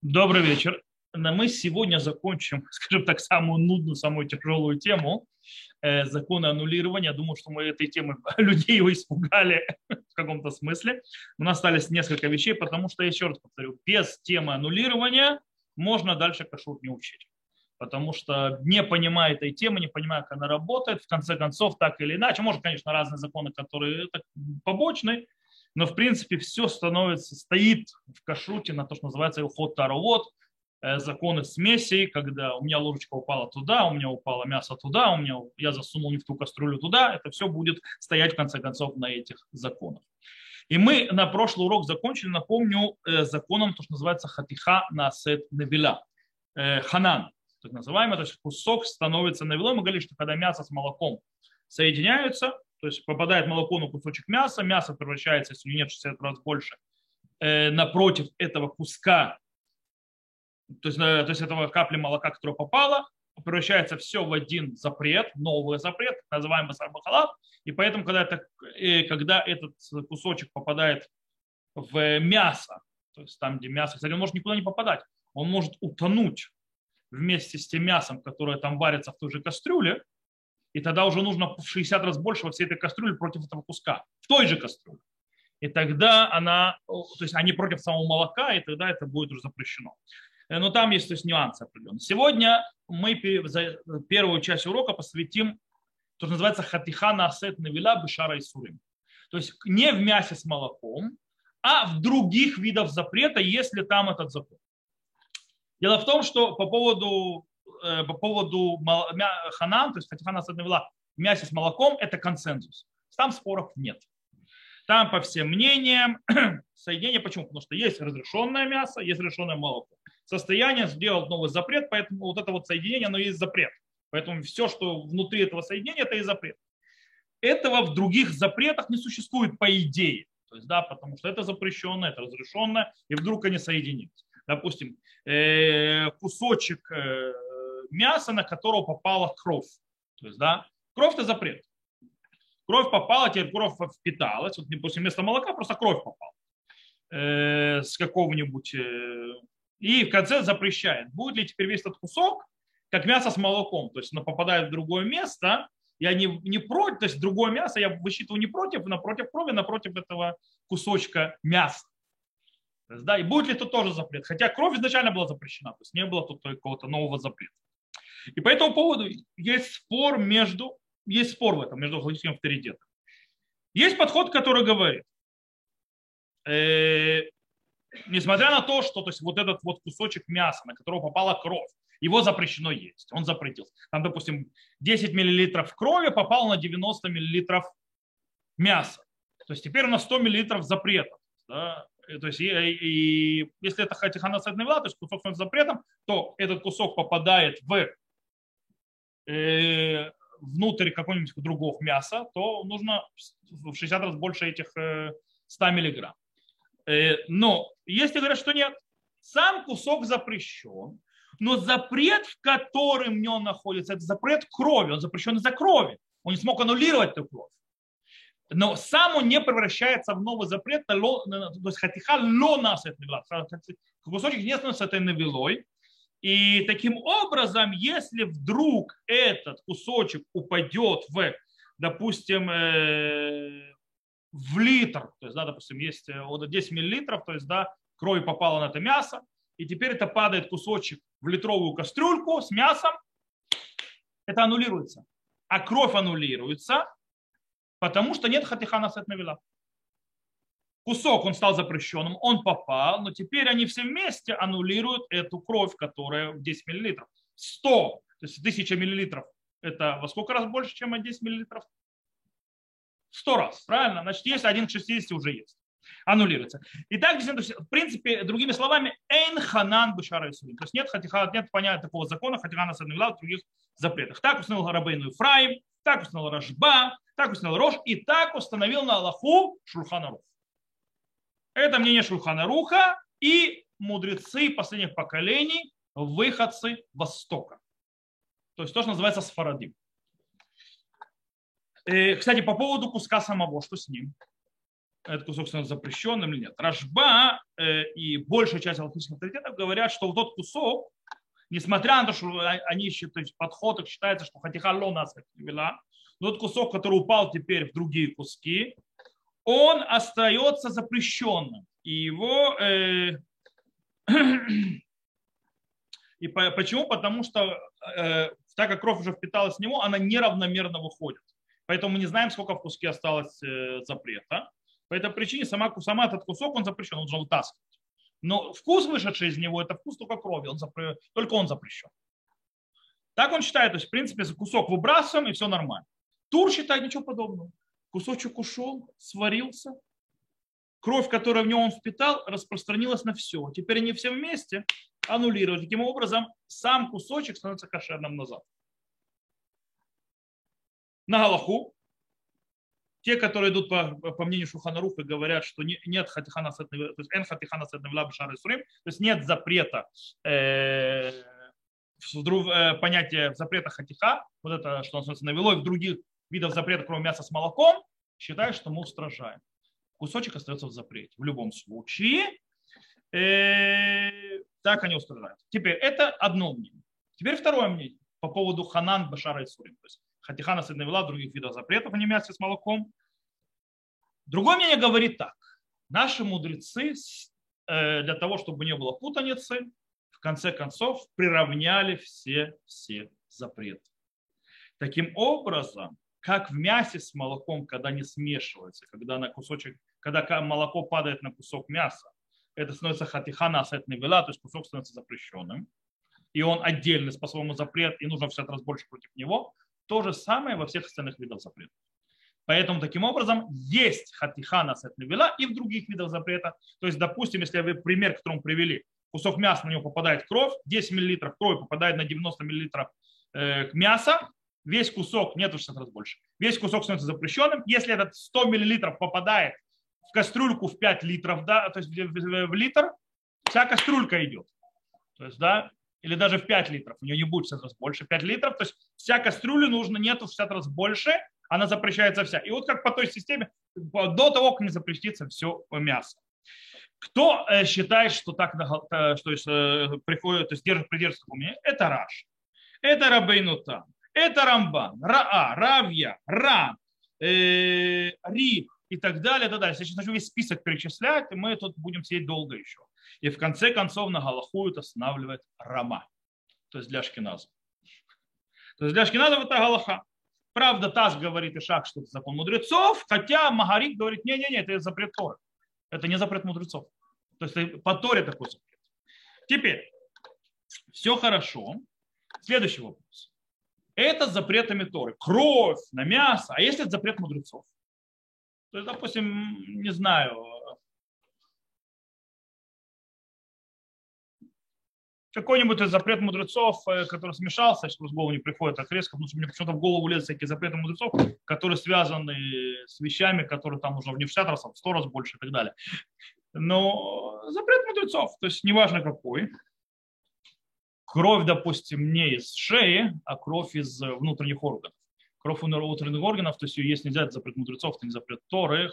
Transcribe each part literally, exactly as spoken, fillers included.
Добрый вечер. Мы сегодня закончим, скажем так, самую нудную, самую тяжелую тему э, закона аннулирования. Я думаю, что мы этой темы людей его испугали в каком-то смысле. У нас остались несколько вещей, потому что, еще раз повторю, без темы аннулирования можно дальше кашрут не учить. Потому что не понимая этой темы, не понимая, как она работает, в конце концов, так или иначе, может, конечно, разные законы, которые так, побочные, но в принципе все становится, стоит в кашруте на то, что называется илхот таровот, э, законы смесей, когда у меня ложечка упала туда, у меня упало мясо туда, у меня, я засунул не в ту кастрюлю туда, это все будет стоять в конце концов на этих законах. И мы на прошлый урок закончили, напомню, э, законом, то, что называется хатиха насет невиля, э, ханан, так называемый, то есть кусок становится навилой. Мы говорили, что когда мясо с молоком соединяются, то есть попадает молоко на кусочек мяса, мясо превращается, если нет, шестьдесят раз больше, э, напротив этого куска, то есть, э, то есть этого капли молока, которая попала, превращается все в один запрет, новый запрет, называемый басар бахалав. И поэтому, когда, это, э, когда этот кусочек попадает в мясо, то есть там, где мясо, кстати, он может никуда не попадать, он может утонуть вместе с тем мясом, которое там варится в той же кастрюле, и тогда уже нужно в шестьдесят раз больше во всей этой кастрюле против этого куска, в той же кастрюле. И тогда она, то есть они против самого молока, и тогда это будет уже запрещено. Но там есть, то есть, нюансы определенные. Сегодня мы первую часть урока посвятим то, что называется хатиха наасет невиля бешара исурим. То есть не в мясе с молоком, а в других видах запрета, если там этот запрет. Дело в том, что по поводу, э, по поводу ханан, то есть хатиха наасет невиля в мясе с молоком, это консенсус. Там споров нет. Там, по всем мнениям, соединение. Почему? Потому что есть разрешенное мясо, есть разрешенное молоко. Состояние сделал новый запрет, поэтому вот это вот соединение, оно есть запрет. Поэтому все, что внутри этого соединения, это и запрет. Этого в других запретах не существует по идее. То есть, да, потому что это запрещенное, это разрешенное, и вдруг они соединились. Допустим, кусочек мяса, на которого попала кровь. То есть, да, кровь – это запрет. Кровь попала, теперь кровь впиталась. Вот, допустим, вместо молока просто кровь попала э, с какого-нибудь. Э, и в конце запрещает. Будет ли теперь весь этот кусок, как мясо с молоком. То есть оно попадает в другое место. Я не, не против, то есть другое мясо я высчитываю не против, напротив крови, напротив этого кусочка мяса. То есть, да, и будет ли тут тоже запрет. Хотя кровь изначально была запрещена. То есть не было тут какого-то нового запрета. И по этому поводу есть спор между Есть спор в этом между галактическим авторитетом. Есть подход, который говорит, э, несмотря на то, что то есть, вот этот вот кусочек мяса, на которого попала кровь, его запрещено есть, он запретился. Там, допустим, десять миллилитров крови попало на девяносто миллилитров мяса. То есть теперь на сто миллилитров запрета. Да? То есть, и, и, если это хатиха наасет невиля, то есть кусок с запретом, то этот кусок попадает в э, внутрь какого-нибудь другого мяса, то нужно в шестьдесят раз больше этих ста миллиграмм. Но если говорят, что нет, сам кусок запрещен, но запрет, в котором в нем находится, это запрет крови, он запрещен из-за крови. Он не смог аннулировать эту кровь. Но сам он не превращается в новый запрет, то есть хатиха ло наасет невиля. Кусочек не становится этой невилой. И таким образом, если вдруг этот кусочек упадет в, допустим, в литр, то есть, да, допустим, есть десять миллилитров, то есть, да, крови попало на это мясо, и теперь это падает кусочек в литровую кастрюльку с мясом, это аннулируется. А кровь аннулируется, потому что нет хатиха наасет невиля. Кусок, он стал запрещенным, он попал, но теперь они все вместе аннулируют эту кровь, которая в десять миллилитров. сто, то есть тысяча миллилитров, это во сколько раз больше, чем десять миллилитров? сто раз, правильно? Значит, есть один к шестидесяти уже есть. Аннулируется. Итак, в принципе, другими словами, эйн ханан бешара исурим. То есть нет, хатиха, нет понятия такого закона, хатиха наасет невиля в других запретах. Так установил Рабейну Ифраим, так установил Рашба, так установил Рош, и так установил на Аллаху Шулхан Арух. Это мнение Шулхана Аруха и мудрецы последних поколений, выходцы Востока. То есть то, что называется сфарадим. Кстати, по поводу куска самого, что с ним? Этот кусок становится запрещенным или нет? Рашба и большая часть галактических авторитетов говорят, что вот тот кусок, несмотря на то, что они считают, подход их считается, что хатиха лона вела, но тот кусок, который упал теперь в другие куски, он остается запрещенным. И его... Э, и по, почему? Потому что э, так как кровь уже впиталась в него, она неравномерно выходит. Поэтому мы не знаем, сколько в куске осталось э, запрета. По этой причине сама, сама этот кусок, он запрещен, он должен вытаскивать. Но вкус, вышедший из него, это вкус только крови, он запре... только он запрещен. Так он считает, то есть в принципе кусок выбрасываем и все нормально. Тур считает ничего подобного. Кусочек ушел, сварился, кровь, которую в нем он впитал, распространилась на все. Теперь они все вместе аннулируют. Таким образом, сам кусочек становится кошерным назад. На галаху, те, которые идут по, по мнению Шулхана Аруха, говорят, что нет хатиха насет невила, то есть эн хатиха насет невила б'шар исурим, то есть нет запрета э, в, э, понятия запрета хатиха, вот это, что называется навело, и в других видах запрета, кроме мяса с молоком, считают, что мы устражаем. Кусочек остается в запрете. В любом случае, э, так они устражают. Теперь это одно мнение. Теперь второе мнение по поводу ханан б'шар исурим, то есть хатиха насет невила, других видов запретов, а не мясе с молоком. Другое мнение говорит так. Наши мудрецы для того, чтобы не было путаницы, в конце концов приравняли все, все запреты. Таким образом, как в мясе с молоком, когда не смешивается, когда на кусочек, когда молоко падает на кусок мяса, это становится хатиха насет невила, то есть кусок становится запрещенным, и он отдельный по своему запрет, и нужно в шестьдесят раз больше против него. То же самое во всех остальных видах запретов. Поэтому таким образом есть хатиха насет невила и в других видах запрета. То есть, допустим, если вы пример, который мы привели, кусок мяса, на него попадает кровь, десять миллилитров крови попадает на девяносто миллилитров мяса, весь кусок, нет в шестьдесят раз больше, весь кусок становится запрещенным. Если этот сто миллилитров попадает в кастрюльку в пять литров, да, то есть в литр, вся кастрюлька идет. То есть, да, или даже в пять литров, у нее не будет в шестьдесят раз больше, пять литров, то есть вся кастрюля нужно, нету в шестьдесят раз больше, она запрещается вся. И вот как по той системе, до того, как не запрещится все мясо. Кто считает, что так, что есть, приходит, то есть держит, придерживается умения, это Раш, это Рабейну Там, это Рамбан, Раа, Равья, Ра, э, Ри и так далее, и так далее. Если я сейчас начну весь список перечислять, мы тут будем сидеть долго еще. И в конце концов на галаху это останавливает Рама, то есть для ашкеназов. То есть для ашкеназов это галаха. Правда, Таз говорит, и Шах, что это закон мудрецов, хотя Магарит говорит, не-не-не, это запрет Торы. Это не запрет мудрецов. То есть по Торе такой запрет. Теперь, все хорошо. Следующий вопрос. Это с запретами Торы. Кровь на мясо. А если это запрет мудрецов? То есть, допустим, не знаю, какой-нибудь запрет мудрецов, который смешался, сейчас в голову не приходит так резко, потому что мне почему-то в голову лезут всякие запреты мудрецов, которые связаны с вещами, которые там нужно в шестьдесят раз, в сто раз больше и так далее. Но запрет мудрецов, то есть неважно какой. Кровь, допустим, не из шеи, а кровь из внутренних органов. Кровь внутренних органов, то есть ее есть нельзя, это запрет мудрецов, это не запрет Торы.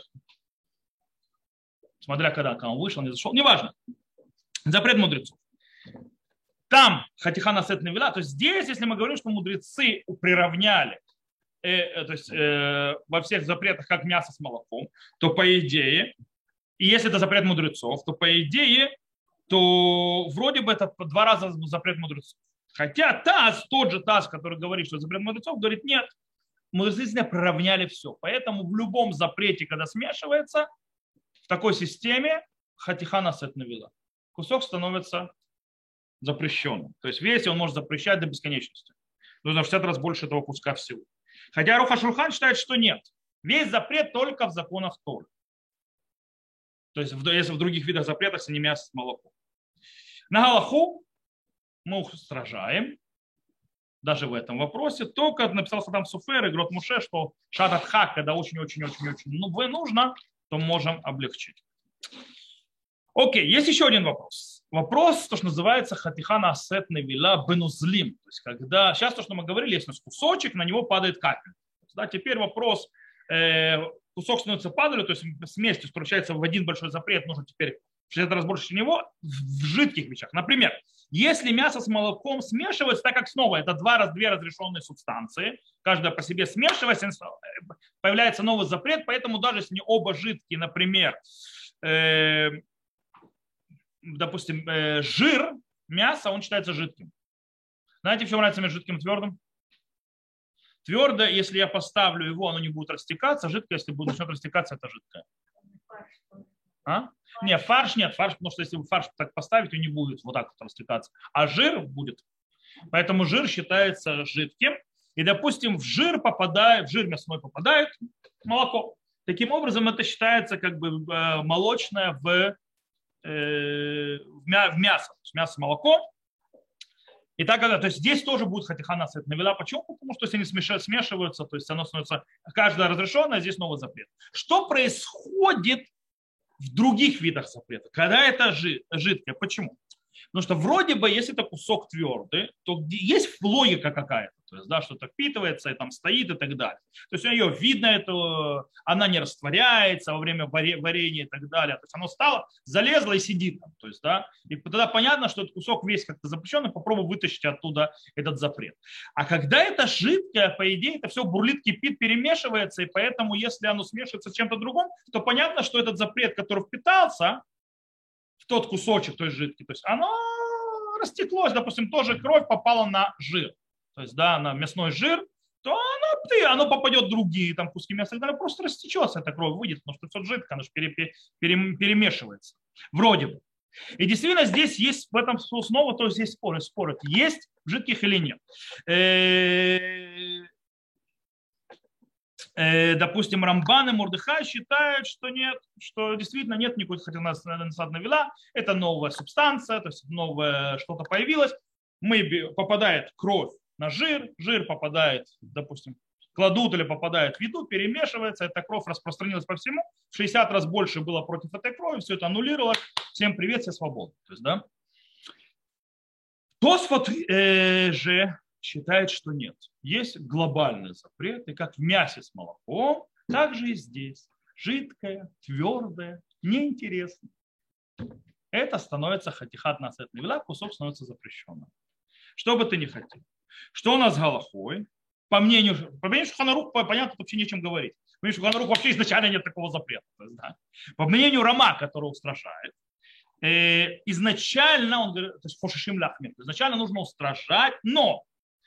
Смотря когда, когда он вышел, не зашел, неважно. Запрет мудрецов. Там хатиха насет невила, то есть здесь, если мы говорим, что мудрецы приравняли, э, э, то есть э, во всех запретах как мясо с молоком, то по идее, и если это запрет мудрецов, то по идее, то вроде бы это два раза запрет мудрецов. Хотя Таз, тот же Таз, который говорит, что это запрет мудрецов, говорит нет, мудрецы приравняли все. Поэтому в любом запрете, когда смешивается, в такой системе хатиха насет невила, кусок становится запрещенным. То есть весь он может запрещать до бесконечности. Нужно в шестьдесят раз больше этого куска всего. Хотя Арух ха-Шульхан считает, что нет. Весь запрет только в законах Торы. То есть если в других видах запретов, если не мясо с молоком. На галаху мы устражаем, даже в этом вопросе. Только написал Садам Суфер и Грот Муше, что шатат хак, когда очень-очень-очень-очень нужно, то можем облегчить. Окей, есть еще один вопрос. Вопрос, то, что называется хатиха насет невила бенузлим. То есть, когда, сейчас то, что мы говорили, есть у нас кусочек, на него падает капель. Да, теперь вопрос, э, кусок становится падалью, то есть смесь превращается в один большой запрет, нужно теперь в шестьдесят раз больше него в жидких вещах. Например, если мясо с молоком смешивается, так как снова это два раз две разрешенные субстанции, каждая по себе смешиваясь, появляется новый запрет, поэтому даже если не оба жидкие, например, э, допустим, э, жир мяса, он считается жидким. Знаете, в чем разница между жидким и твердым? Твердое, если я поставлю его, оно не будет растекаться, жидкое, если будет начнет растекаться, это жидкое. А? Нет, фарш нет, фарш, потому что если вы фарш так поставить, он не будет вот так вот растекаться. А жир будет. Поэтому жир считается жидким. И, допустим, в жир попадает, в жир мясной попадает молоко. Таким образом, это считается как бы молочное в, э, в мясо. То есть мясо с молоком. И так, то есть здесь тоже будет хатиха асет навела. Почему? Потому что если они смешиваются, то есть оно становится, каждое разрешенное, а здесь новый запрет. Что происходит в других видах запрета, когда это жидкое? Почему? Потому что вроде бы, если это кусок твердый, то есть логика какая-то, то есть, да, что-то впитывается, и там стоит и так далее. То есть ее видно, это, она не растворяется во время варенья и так далее. То есть оно стало, залезло и сидит там. То есть, да, и тогда понятно, что этот кусок весь как-то запрещенный, попробуй вытащить оттуда этот запрет. А когда это жидкое, по идее, это все бурлит, кипит, перемешивается, и поэтому, если оно смешивается с чем-то другим, то понятно, что этот запрет, который впитался, тот кусочек той жидкий, то есть оно растеклось, допустим, тоже кровь попала на жир, то есть, да, на мясной жир, то оно, ты, оно попадет в другие там, куски мяса, и далее, просто растечется, эта кровь выйдет, потому что все жидкое, оно же пере, пере, перемешивается, вроде бы. И действительно здесь есть в этом снова, то есть есть споры, спорят, есть в жидких или нет. Допустим, Рамбан и Мордехай считают, что нет, что действительно нет никакой хатиха навела, это новая субстанция, то есть новое что-то появилось, мы, попадает кровь на жир, жир попадает, допустим, кладут или попадает в еду, перемешивается, эта кровь распространилась по всему, в шестьдесят раз больше было против этой крови, все это аннулировалось, всем привет, все свободны. То есть, да? Тосфот э, же считает, что нет. Есть глобальный запрет, и как в мясе с молоком, так же и здесь. Жидкое, твердое, неинтересно. Это становится хатихат насет невела, кусок становится запрещенным. Что бы ты ни хотел. Что у нас с галахой? По мнению, по мнению Шулхан Арух, понятно, вообще нечем говорить. По мнению Шулхан Арух вообще изначально нет такого запрета. Есть, да? По мнению Рама, который устрашает, э, изначально, он говорит, то есть фошишим ляхмин, изначально нужно устражать, но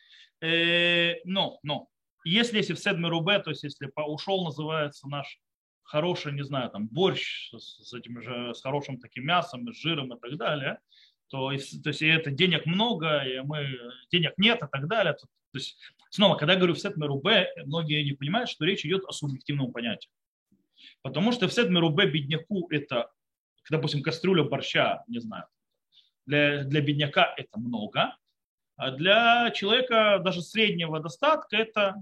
Но, но, если, если в седме рубе, то есть если ушел, называется наш хороший, не знаю, там борщ с, с этим же, с хорошим таким мясом, с жиром и так далее, то, то есть это денег много, и мы, денег нет и так далее. То, то есть, снова, когда я говорю в седме рубе, многие не понимают, что речь идет о субъективном понятии. Потому что в седме рубе бедняку это, допустим, кастрюля борща, не знаю, для, для бедняка это много. А для человека даже среднего достатка это,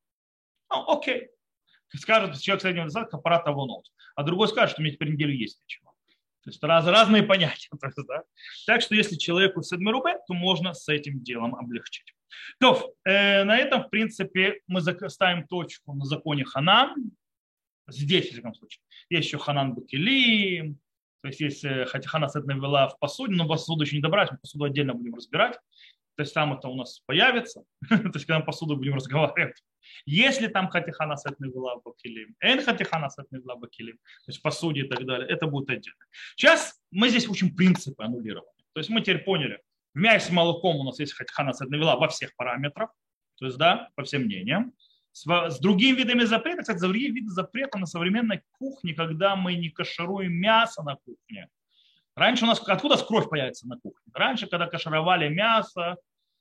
ну, окей. Скажет человек среднего достатка, пора того нот. А другой скажет, что мне теперь неделю есть ничего. То есть раз, разные понятия. Да? Так что если человеку в седьмой рубе, то можно с этим делом облегчить. То, э, на этом, в принципе, мы ставим точку на законе Ханан. Здесь, в любом случае. Есть еще Ханан Бакелим. То есть есть хатиха насет навела в посуде, но посуду еще не добрать, мы посуду отдельно будем разбирать. То есть там это у нас появится, то есть когда мы посуду будем разговаривать. Если там хатиха насет навела бакелим, эн хатиха насет навела бакелим, то есть в посуде и так далее, это будет отдельно. Сейчас мы здесь учим принципы аннулирования. То есть мы теперь поняли, в мясе с молоком у нас есть хатиха насет навела во всех параметрах, то есть да, по всем мнениям. С, с другими видами запрета, кстати, за другие виды запрета на современной кухне, когда мы не кашируем мясо на кухне. Раньше у нас, откуда кровь появится на кухне? Раньше, когда кашировали мясо,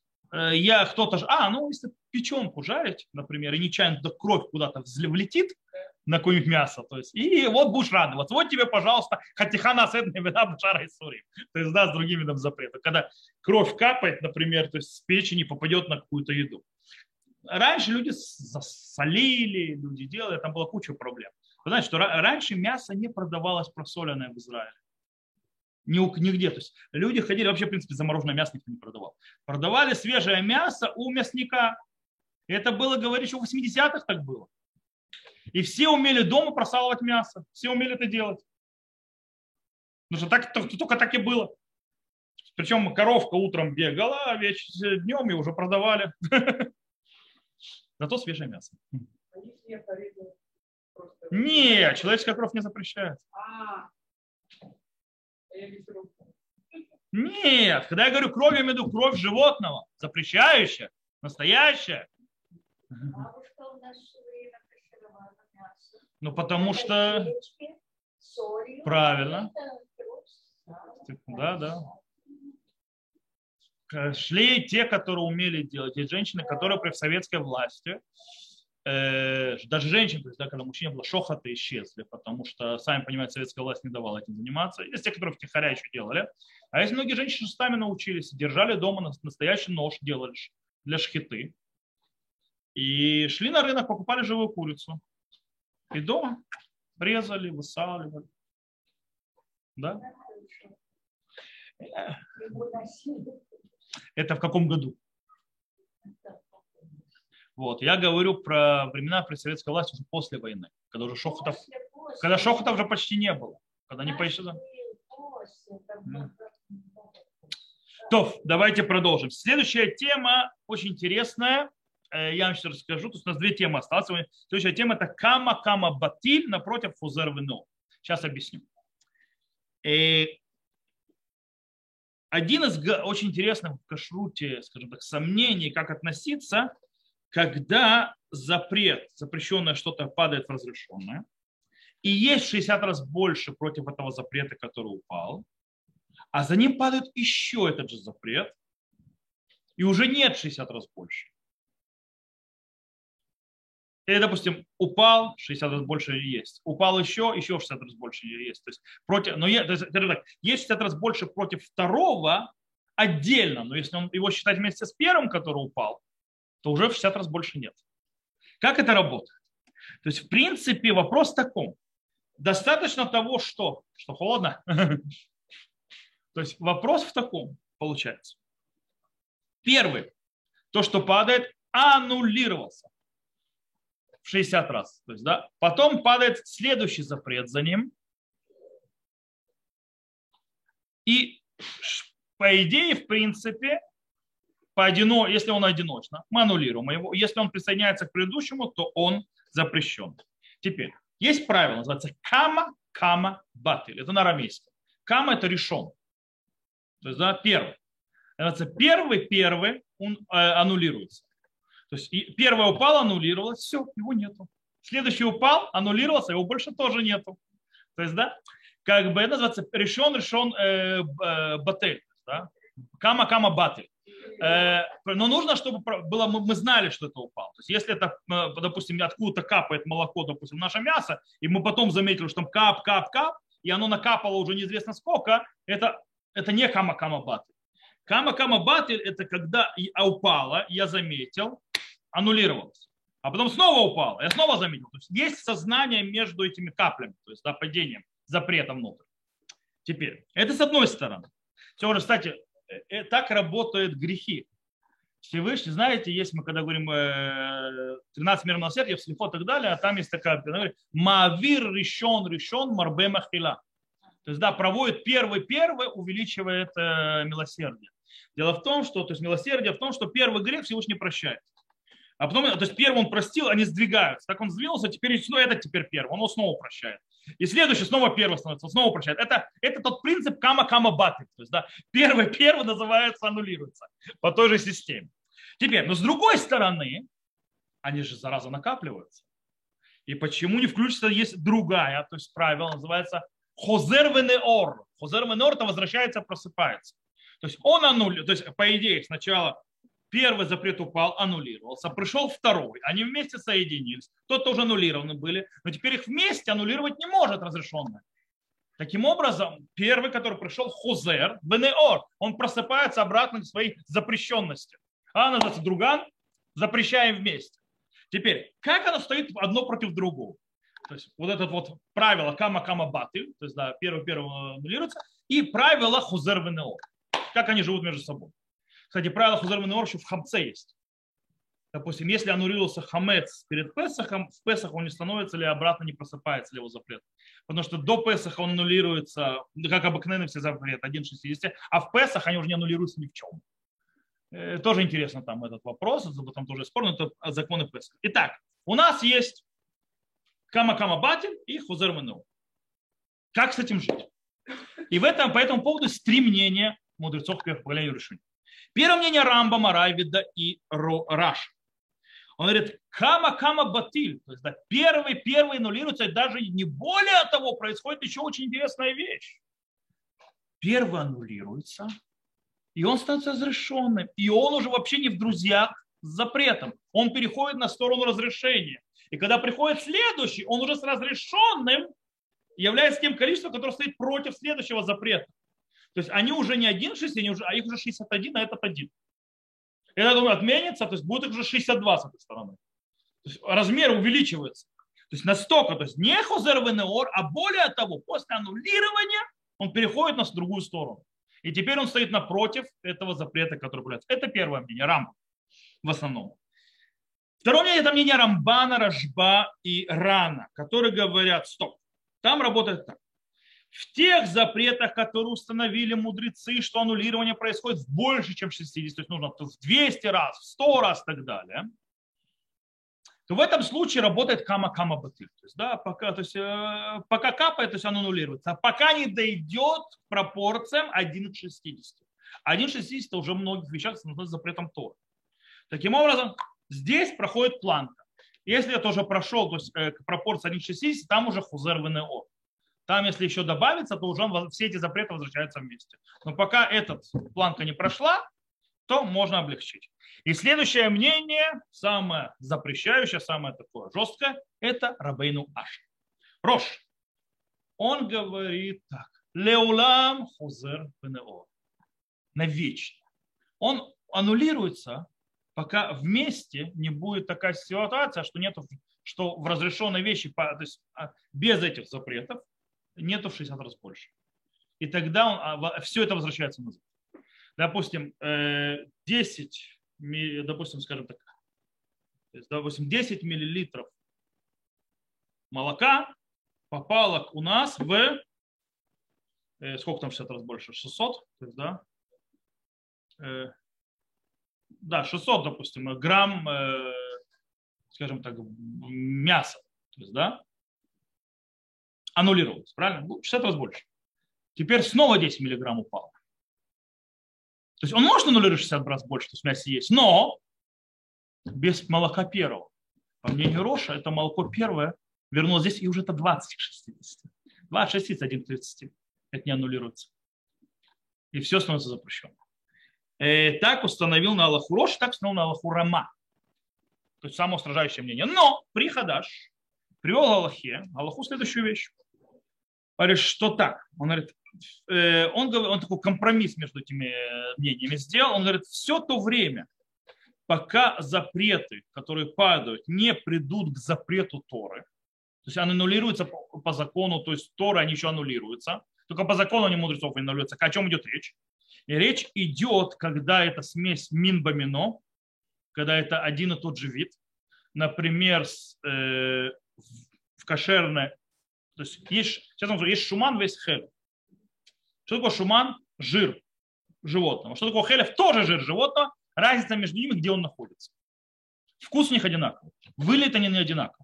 я кто-то же, а, ну если печенку жарить, например, и нечаянно туда кровь куда-то влетит на какое-нибудь мясо, то есть, и вот будешь радоваться. Вот тебе, пожалуйста, хатиха насет навела бшара и сури. То есть, да, с другим видом запрета. Когда кровь капает, например, то есть с печени попадет на какую-то еду. Раньше люди солили, люди делали, там была куча проблем. Вы знаете, что раньше мясо не продавалось просоленное в Израиле. Нигде. То есть люди ходили, вообще, в принципе, замороженное мясо никто не продавал. Продавали свежее мясо у мясника. И это было, говорить, что в восьмидесятых так было. И все умели дома просалывать мясо. Все умели это делать. Потому что так, только так и было. Причем коровка утром бегала, а вечером днем ее уже продавали. Зато свежее мясо. Нет, человеческая кровь не запрещается. Нет, когда я говорю кровь, я имею в виду кровь животного, запрещающая, настоящая. Ну, потому что... Правильно. Да, да. Шли те, которые умели делать. Есть женщины, которые при советской власти, э, даже женщины, то есть, да, когда мужчине было шохоты, исчезли, потому что, сами понимаете, советская власть не давала этим заниматься. Есть те, которые втихаря еще делали. А есть многие женщины, что сами научились, держали дома настоящий нож, делали для шхиты. И шли на рынок, покупали живую курицу. И дома резали, высаливали. Да? Это в каком году? Вот. Я говорю про времена при советской власти уже после войны, когда уже шохотов, когда шохотов уже почти не было. Когда они поисчезали. То, давайте продолжим. Следующая тема очень интересная. Я вам сейчас расскажу. То есть у нас две темы осталось. Следующая тема это кама кама батиль напротив хузер вино. Сейчас объясню. И один из очень интересных в кашруте, скажем так, сомнений, как относиться, когда запрет, запрещенное что-то падает в разрешенное, и есть в шестьдесят раз больше против этого запрета, который упал, а за ним падает еще этот же запрет, и уже нет шестьдесят раз больше. Или, допустим, упал, шестьдесят раз больше есть. Упал еще, еще шестьдесят раз больше есть. То есть, против, но есть, то есть, так, есть шестьдесят раз больше против второго отдельно, но если он его считать вместе с первым, который упал, то уже в шестьдесят раз больше нет. Как это работает? То есть, в принципе, вопрос в таком. Достаточно того, что, что холодно. То есть, вопрос в таком получается. Первый. То, что падает, аннулировался. В шестьдесят раз. То есть, да? Потом падает следующий запрет за ним. И по идее, в принципе, по одино... если он одиночно, мы аннулируем его. Если он присоединяется к предыдущему, то он запрещен. Теперь, есть правило, называется кама, кама, батиль. Это на арамейском. Кама – это решен. То есть, да, первый. Это первый, первый, он э, аннулируется. То есть первый упал, аннулировалось, все, его нету. Следующий упал, аннулировался, его больше тоже нету. То есть, да, как бы это называется решен, решен э, э, батель. Да? Кама, кама, батель. Э, но нужно, чтобы было, мы, мы знали, что это упало. То есть, если это, допустим, откуда-то капает молоко, допустим, наше мясо, и мы потом заметили, что там кап, кап, кап, и оно накапало уже неизвестно сколько, это, это не кама, кама, батель. Кама, кама, батель – это когда упало, я заметил, аннулировалось. А потом снова упало, я снова заметил. То есть есть сознание между этими каплями, то есть да, падением, запретом внутрь. Теперь, это с одной стороны. Все уже, кстати, так работают грехи. Всевышний, знаете, есть мы, когда говорим тринадцать миров милосердия, в слепо и так далее, а там есть такая, маавир решен, решен, марбе махила. То есть, да, проводит первый-первый, увеличивает милосердие. Дело в том, что, то есть милосердие в том, что первый грех Всевышний прощает. А потом, то есть первый он простил, они сдвигаются. Так он сдвинулся, теперь ну, это теперь первый, он его снова прощает. И следующий снова первый становится, он снова прощает. Это, это тот принцип кама-кама-баты. То есть, да, первый первый называется, аннулируется по той же системе. Теперь, но с другой стороны, они же зараза накапливаются. И почему не включится, есть другая, то есть правило называется хозер венеор. Хозер венеор это возвращается, просыпается. То есть он аннулирует, то есть по идее сначала первый запрет упал, аннулировался. Пришел второй. Они вместе соединились. Тот тоже аннулированы были. Но теперь их вместе аннулировать не может разрешенное. Таким образом, первый, который пришел, хозер, бенеор, он просыпается обратно к своей запрещенности. А она называется друган, запрещаем вместе. Теперь, как оно стоит одно против другого? То есть вот это вот правило кама-кама-баты, то есть да, первый-первый аннулируется, и правило хозер бенеор. Как они живут между собой. Кстати, правило хузер венеор еще в хамце есть. Допустим, если аннулировался хамец перед Песахом, в Песах он не становится или обратно не просыпается ли его запрет. Потому что до Песаха он аннулируется, как обыкновенно все запреты, один к шестидесяти, а в Песах они уже не аннулируются ни в чем. Э, Тоже интересно там этот вопрос, об этом тоже спорно, это законы Песаха. Итак, у нас есть Кама-Кама Батин и Хузер Мену. Как с этим жить? И в этом, по этому поводу есть три мнения мудрецов первых поколений решений. Первое мнение Рамбама, Райвида и Раш. Он говорит, кама-кама батиль. То есть, да, первый, первый аннулируется, и даже не более того, происходит еще очень интересная вещь. Первый аннулируется, и он становится разрешенным. И он уже вообще не в друзьях с запретом. Он переходит на сторону разрешения. И когда приходит следующий, он уже с разрешенным является тем количеством, которое стоит против следующего запрета. То есть они уже не один шестьдесят, они уже, а их уже шестьдесят один, а этот один. Этот он отменится, то есть будет их уже шестьдесят два с этой стороны. То есть размер увеличивается. То есть настолько, то есть не хозер венеор, а более того, после аннулирования он переходит на другую сторону. И теперь он стоит напротив этого запрета, который появляется. Это первое мнение, Рамбам в основном. Второе мнение, это мнение Рамбана, Рашба и Рана, которые говорят, стоп, там работает так. В тех запретах, которые установили мудрецы, что аннулирование происходит в больше, чем шестьдесят, то есть нужно в двести раз, в сто раз и так далее, то в этом случае работает кама-кама батиль. То есть, да, пока, то есть, э, пока капает, то есть оно аннулируется. А пока не дойдет к пропорциям один к шестидесяти. один к шестидесяти уже в многих вещах становится запретом Торы. Таким образом, здесь проходит планка. Если я тоже прошел, то есть э, к пропорции один к шестидесяти, там уже хузер венеор. Там, если еще добавится, то уже все эти запреты возвращаются вместе. Но пока эта планка не прошла, то можно облегчить. И следующее мнение, самое запрещающее, самое такое жесткое, это Рабейну Аши. Рош. Он говорит так. Леулам хузер венеор. Навечно. Он аннулируется, пока вместе не будет такая ситуация, что, нету, что в разрешенной вещи, то есть без этих запретов, нету в шестьдесят раз больше. И тогда он, все это возвращается назад. Допустим, десять, допустим, скажем так, допустим, десять миллилитров молока попало у нас в, сколько там шестьдесят раз больше, шестьсот, то есть, да, да, шестьсот, допустим, грамм, скажем так, мяса, то есть, да, аннулировалось, правильно? шестьдесят раз больше. Теперь снова десять миллиграмм упало. То есть он может аннулировать шестьдесят раз больше, то есть в мясе есть, но без молока первого. По мнению Роша, это молоко первое вернулось здесь, и уже это двадцать к шестидесяти. двадцать к шестидесяти, один к тридцати. Это не аннулируется. И все становится запрещенным. И так установил на Аллаху Рош, так установил на Аллаху Рама. То есть самое устражающее мнение. Но при Хадаш привел Аллахе, Аллаху следующую вещь. Говорит, что так. Он говорит, э, он, он такой компромисс между этими мнениями сделал. Он говорит, все то время, пока запреты, которые падают, не придут к запрету Торы, то есть они аннулируются по, по закону, то есть Торы, они еще аннулируются, только по закону они мудрецов аннулируются. О чем идет речь? И речь идет, когда это смесь мин-бамино, когда это один и тот же вид, например, э, в кошерное. То есть есть, сейчас вам скажу, есть шуман, весь хелев. Что такое шуман? Жир животного. Что такое хелев? Тоже жир животного. Разница между ними, где он находится. Вкус у них одинаковый. Выглядят они не одинаково.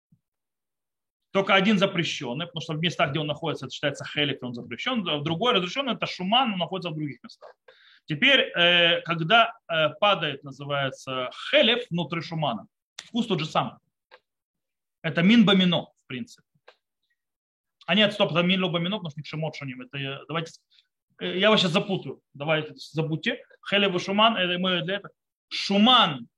Только один запрещенный, потому что в местах, где он находится, это считается хелев, и он запрещен. А другой разрешенный, это шуман, он находится в других местах. Теперь, когда падает, называется хелев внутри шумана, вкус тот же самый. Это мин-бамино, в принципе. А нет, стоп, это мин-бамино, потому что не шимот шаним. Это я, давайте, я вас сейчас запутаю. Давайте забудьте. Хелев и шуман, это мы для этого. Шуман,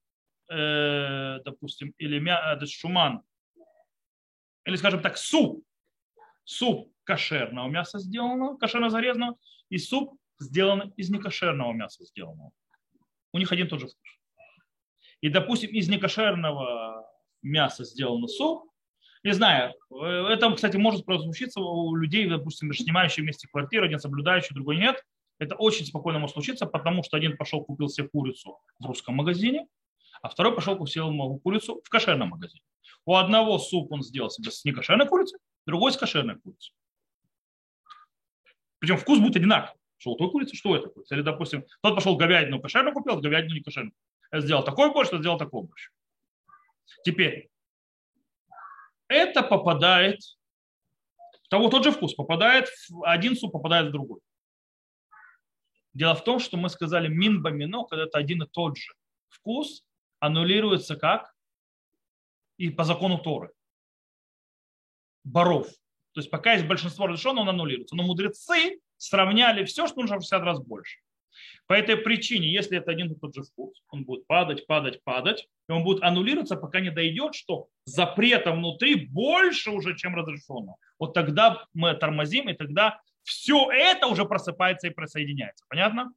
э, допустим, или мя, это шуман, или, скажем так, суп. Суп кошерного мяса сделанного, кошерно зарезанного, и суп сделан из некошерного мяса сделанного. У них один и тот же вкус. И, допустим, из некошерного мяса сделан суп. Не знаю, это, кстати, может случиться у людей, допустим, снимающих вместе квартиру, один соблюдающий, другой нет. Это очень спокойно может случиться, потому что один пошел купил себе курицу в русском магазине, А второй пошел купил курицу в кошерном магазине. У одного суп он сделал себе с некошерной курицей, другой с кошерной курицей. Причем вкус будет одинаковый. Что у той курицы, что у этой курицы. Или, допустим, тот пошел говядину кошерную купил, говядину не кошерную. Сделал такой борщ, тот сделал такой борщ. Теперь, это попадает, того тот же вкус попадает, в один суп попадает в другой. Дело в том, что мы сказали минба мино, когда это один и тот же вкус, аннулируется как? И по закону Торы. Баров. То есть пока есть большинство разрешенного, он аннулируется. Но мудрецы сравняли все, что нужно в шестьдесят раз больше. По этой причине, если это один и тот же вкус, он будет падать, падать, падать, и он будет аннулироваться, пока не дойдет, что запрета внутри больше уже, чем разрешенного. Вот тогда мы тормозим, и тогда все это уже просыпается и присоединяется. Понятно?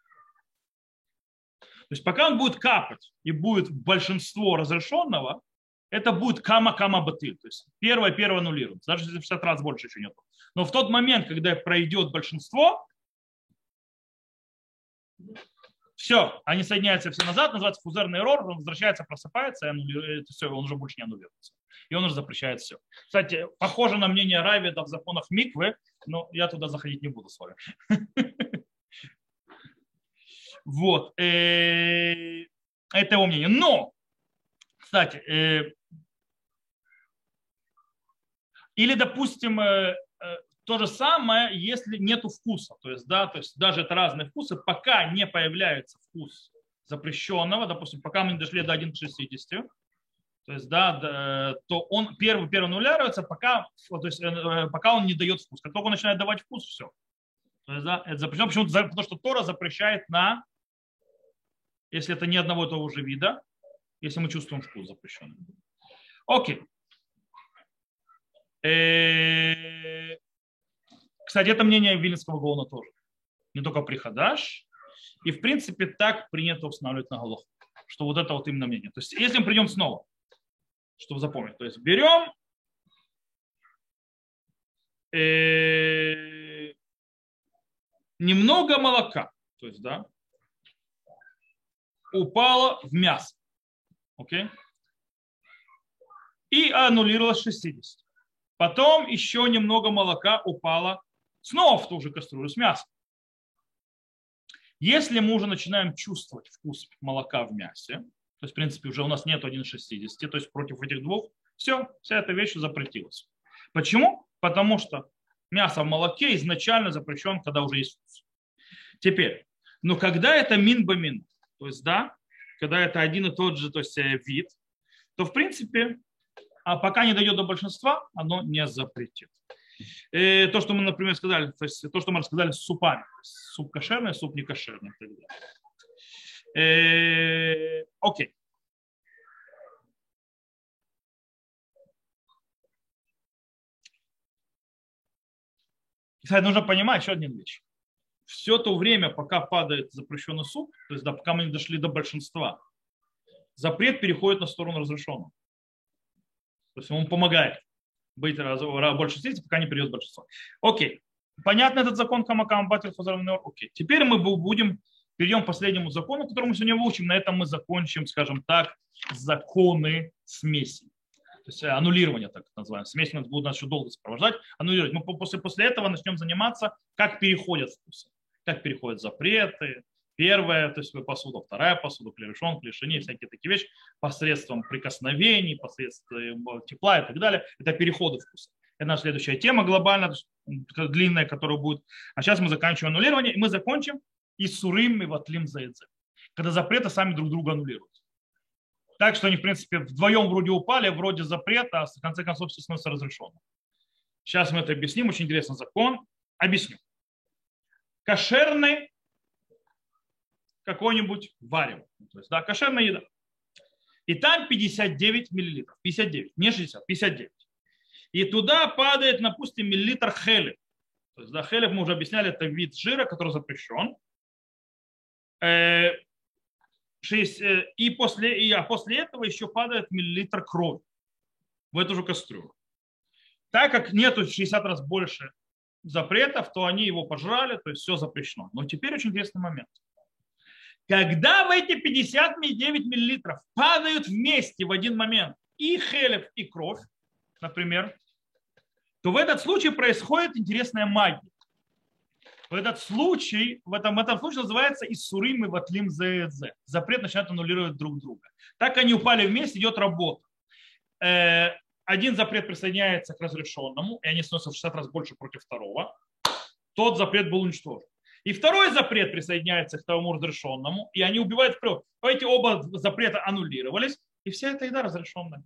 То есть пока он будет капать и будет большинство разрешенного, это будет кама-кама-батыль. То есть первое-первое аннулируется. Даже если в шестьдесят раз больше еще нет. Но в тот момент, когда пройдет большинство, все, они соединяются все назад, называется фузерный эррор, он возвращается, просыпается, и аннулирует, все, он уже больше не аннулируется. И он уже запрещает все. Кстати, похоже на мнение Равида в законах миквы, но я туда заходить не буду с вами. Вот. Это его мнение. Но, кстати, или, допустим, то же самое, если нету вкуса. То есть, да, то есть даже это разные вкусы, пока не появляется вкус запрещенного, допустим, пока мы не дошли до одного к шестидесяти, то есть, да, то он первый, первый аннулируется, пока, то есть, пока он не дает вкус. Как только он начинает давать вкус, все. То есть, да, это запрещено. Почему? Потому что Тора запрещает на, если это не одного и того же вида, если мы чувствуем вкус запрещенный. Окей. Кстати, это мнение Вильнского Гаона тоже. Не только при Хадаш. И, в принципе, так принято устанавливать на Галаху. Что вот это вот именно мнение. То есть, если мы придем снова, чтобы запомнить. То есть, берем э, немного молока. То есть, да, упало в мясо. Окей? И аннулировалось шестьдесят. Потом еще немного молока упало снова в ту же кастрюлю с мясом. Если мы уже начинаем чувствовать вкус молока в мясе, то есть, в принципе, уже у нас нет одного к шестидесяти, то есть против этих двух, все, вся эта вещь запретилась. Почему? Потому что мясо в молоке изначально запрещено, когда уже есть вкус. Теперь, но когда это мин-ба-мин, то есть, да, когда это один и тот же, то есть, вид, то, в принципе, а пока не дойдет до большинства, оно не запретит. И то, что мы, например, сказали, то есть то, что мы рассказали с супами. Суп кошерный, суп не кошерный и так далее. Окей. Кстати, нужно понимать еще одну вещь. Все то время, пока падает запрещенный суп, то есть да, пока мы не дошли до большинства, запрет переходит на сторону разрешенного. То есть он помогает быть больше шестидесяти, пока не придет большинство. Окей. Понятно этот закон Камакам Батиль Хазармнер? Окей. Теперь мы будем перейдем к последнему закону, который мы сегодня выучим. На этом мы закончим, скажем так, законы смеси. То есть аннулирование, так называемое. Смесь нас будет нас еще долго сопровождать. Аннулировать. Мы после, после этого начнем заниматься, как переходят вкусы. Как переходят запреты. Первая, то есть посуда, вторая посуда, клерешон, клешини, всякие такие вещи, посредством прикосновений, посредством тепла и так далее. Это переходы вкуса. Это наша следующая тема глобальная, длинная, которая будет. А сейчас мы заканчиваем аннулирование, и мы закончим и сурим и ватлим заедзе. Когда запреты сами друг друга аннулируют. Так что они, в принципе, вдвоем вроде упали, вроде запрета, а в конце концов все становится разрешенным. Сейчас мы это объясним. Очень интересный закон. Объясню. Кошерный какой-нибудь варево. То есть, да, кошерная еда. И там пятьдесят девять миллилитров. пятьдесят девять, не шестьдесят, пятьдесят девять. И туда падает, допустим, миллилитр хелев. То есть, да, хелев мы уже объясняли, это вид жира, который запрещен. И после, и, а после этого еще падает миллилитр крови в эту же кастрюлю. Так как нету в шестьдесят раз больше запретов, то они его пожрали, то есть все запрещено. Но теперь очень интересный момент. Когда в эти пятьдесят девять миллилитров падают вместе в один момент и хелев, и кровь, например, то в этот случай происходит интересная магия. В этот случай, в этом, в этом случае называется иссурим и ватлим зэдзэ. Запрет начинает аннулировать друг друга. Так они упали вместе, идет работа. Э, один запрет присоединяется к разрешенному, и они становятся в шестьдесят раз больше против второго. Тот запрет был уничтожен. И второй запрет присоединяется к тому разрешенному, и они убивают кровь. Эти оба запрета аннулировались, и вся эта еда разрешенная.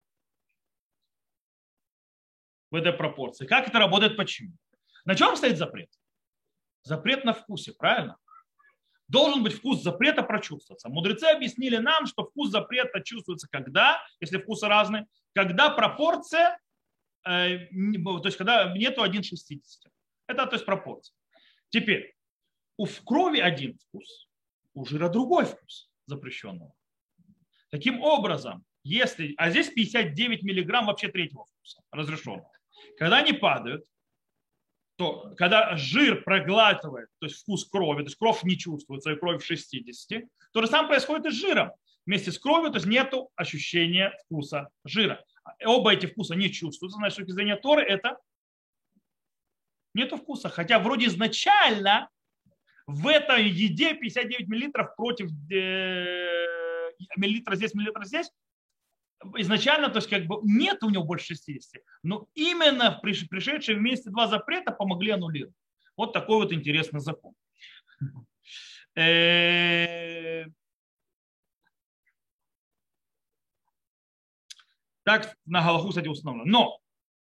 В этой пропорции. Как это работает, почему? На чем стоит запрет? Запрет на вкусе, правильно? Должен быть вкус запрета прочувствоваться. Мудрецы объяснили нам, что вкус запрета чувствуется когда, если вкусы разные, когда пропорция, э, то есть когда нету один к шестидесяти. Это то есть пропорция. Теперь, у крови один вкус, у жира другой вкус запрещенного. Таким образом, если, а здесь пятьдесят девять миллиграмм вообще третьего вкуса разрешенного. Когда они падают, то когда жир проглатывает, то есть вкус крови, то есть кровь не чувствуется, и кровь в шестидесяти, то же самое происходит и с жиром. Вместе с кровью, то есть нет ощущения вкуса жира. Оба эти вкуса не чувствуются. С точки зрения Торы это нету вкуса. Хотя вроде изначально в этой еде пятьдесят девять миллилитров против миллилитра здесь, миллилитра здесь, изначально, то есть как бы нет у него больше шестидесяти, но именно пришедшие вместе два запрета помогли аннулировать. Вот такой вот интересный закон. Так на Галаху, кстати, установлено. Но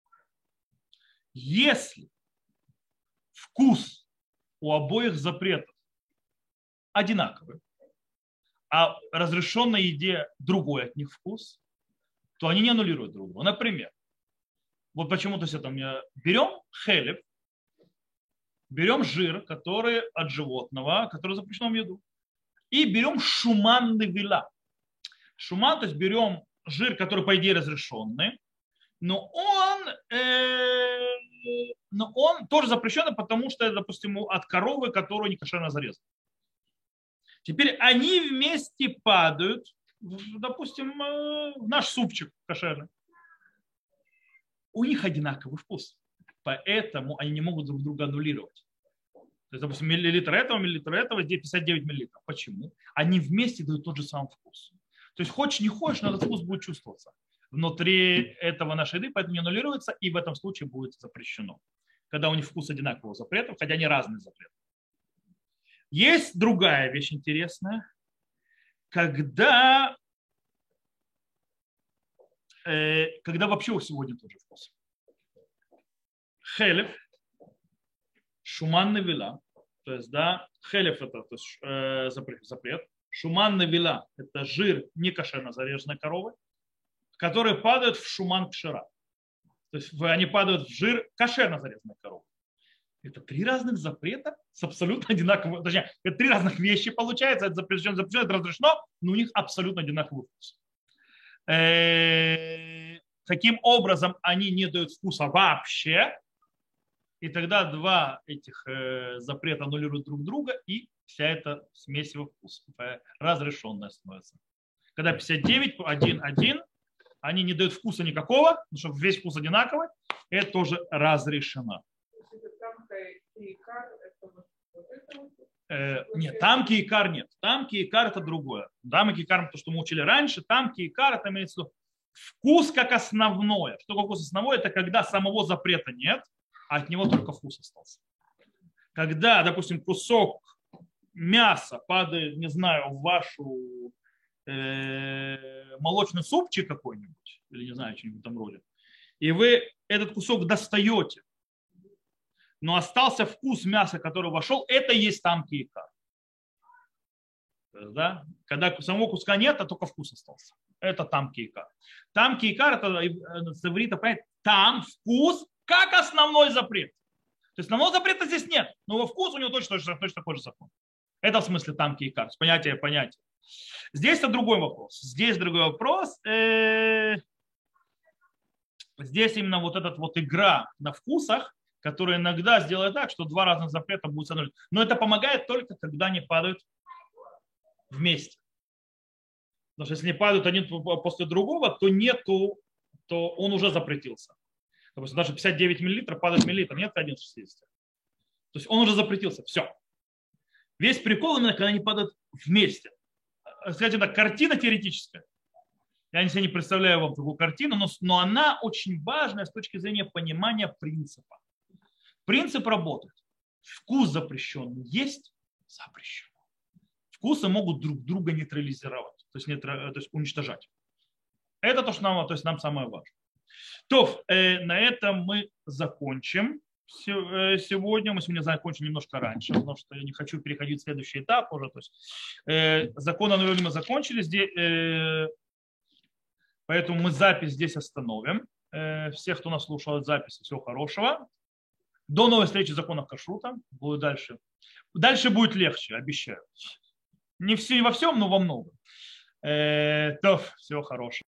если вкус у обоих запретов одинаковый, а разрешенной еде другой от них вкус, то они не аннулируют друг друга. Например, вот почему, то есть это мы берем хелев, берем жир, который от животного, который запрещен в еду, и берем шуман невила. Шуман, то есть берем жир, который по идее разрешенный, но он, э, но он тоже запрещенный, потому что, допустим, от коровы, которую не кошерно зарезали. Теперь они вместе падают, допустим, в наш супчик кошерный. У них одинаковый вкус, поэтому они не могут друг друга аннулировать. То есть, допустим, миллилитр этого, миллилитр этого, здесь пятьдесят девять миллилитров. Почему? Они вместе дают тот же самый вкус. То есть, хочешь не хочешь, но этот вкус будет чувствоваться внутри этого нашей еды, поэтому не аннулируется, и в этом случае будет запрещено. Когда у них вкус одинакового запрета, хотя они разные запреты. Есть другая вещь интересная. Когда, э, когда вообще у сегодня тот же вкус. Хелев, шуман невила, то есть, да, хелев это то есть, э, запрет, запрет, шуман невила это жир некошерно зарезанной коровы, которые падают в шуман кшера. То есть они падают в жир кошерно зарезанной коровы. Это три разных запрета с абсолютно одинаковым, точнее, это три разных вещи получается, это запрещено, запрещено, это разрешено, но у них абсолютно одинаковый вкус. Таким образом, они не дают вкуса вообще, и тогда два этих запрета аннулируют друг друга, и вся эта смесь вкуса разрешенная становится. Когда пятьдесят девять, один, один, они не дают вкуса никакого, потому что весь вкус одинаковый, это тоже разрешено. Э, нет, там кейкар нет. Там кейкар это другое. Там кейкар, то, что мы учили раньше, там кейкар это имеется в виду вкус как основное. Что такое вкус основное? Это когда самого запрета нет, а от него только вкус остался. Когда, допустим, кусок мяса падает, не знаю, в вашу э, молочный супчик какой-нибудь, или не знаю, что-нибудь в этом роде, и вы этот кусок достаете, но остался вкус мяса, который вошел, это и есть там кейкар. Да? Когда самого куска нет, а только вкус остался. Это там кейкар. Там кейкар, это с иврита, понять, там вкус как основной запрет. То есть основного запрета здесь нет, но во вкус у него точно, точно, точно такой же закон. Это в смысле там кейкар. Понятие, понятие. Здесь это другой вопрос. Здесь другой вопрос. Здесь именно вот эта вот игра на вкусах, которая иногда сделает так, что два разных запрета будут аннулированы. Но это помогает только, когда они падают вместе. Потому что если не падают один после другого, то нету, то он уже запретился. Допустим, даже пятьдесят девять миллилитров падает миллилитр, нет один шестьдесят. То есть он уже запретился. Все. Весь прикол именно, когда они падают вместе. Скажем так, картина теоретическая. Я себе не представляю вам такую картину, но, но она очень важная с точки зрения понимания принципа. Принцип работает. Вкус запрещенный есть, запрещен. Вкусы могут друг друга нейтрализировать, то есть, нейтра, то есть уничтожать. Это то, что нам, то есть нам самое важное. То, э, на этом мы закончим сегодня. Мы сегодня закончим немножко раньше, потому что я не хочу переходить в следующий этап уже. То есть, э, закон о нуле мы закончили, здесь, э, поэтому мы запись здесь остановим. Э, всех, кто нас слушал от записи, всего хорошего. До новой встречи в законах кашрута. Будет дальше. Дальше будет легче, обещаю. Не все и во всем, но во многом. Э, то, всего хорошего.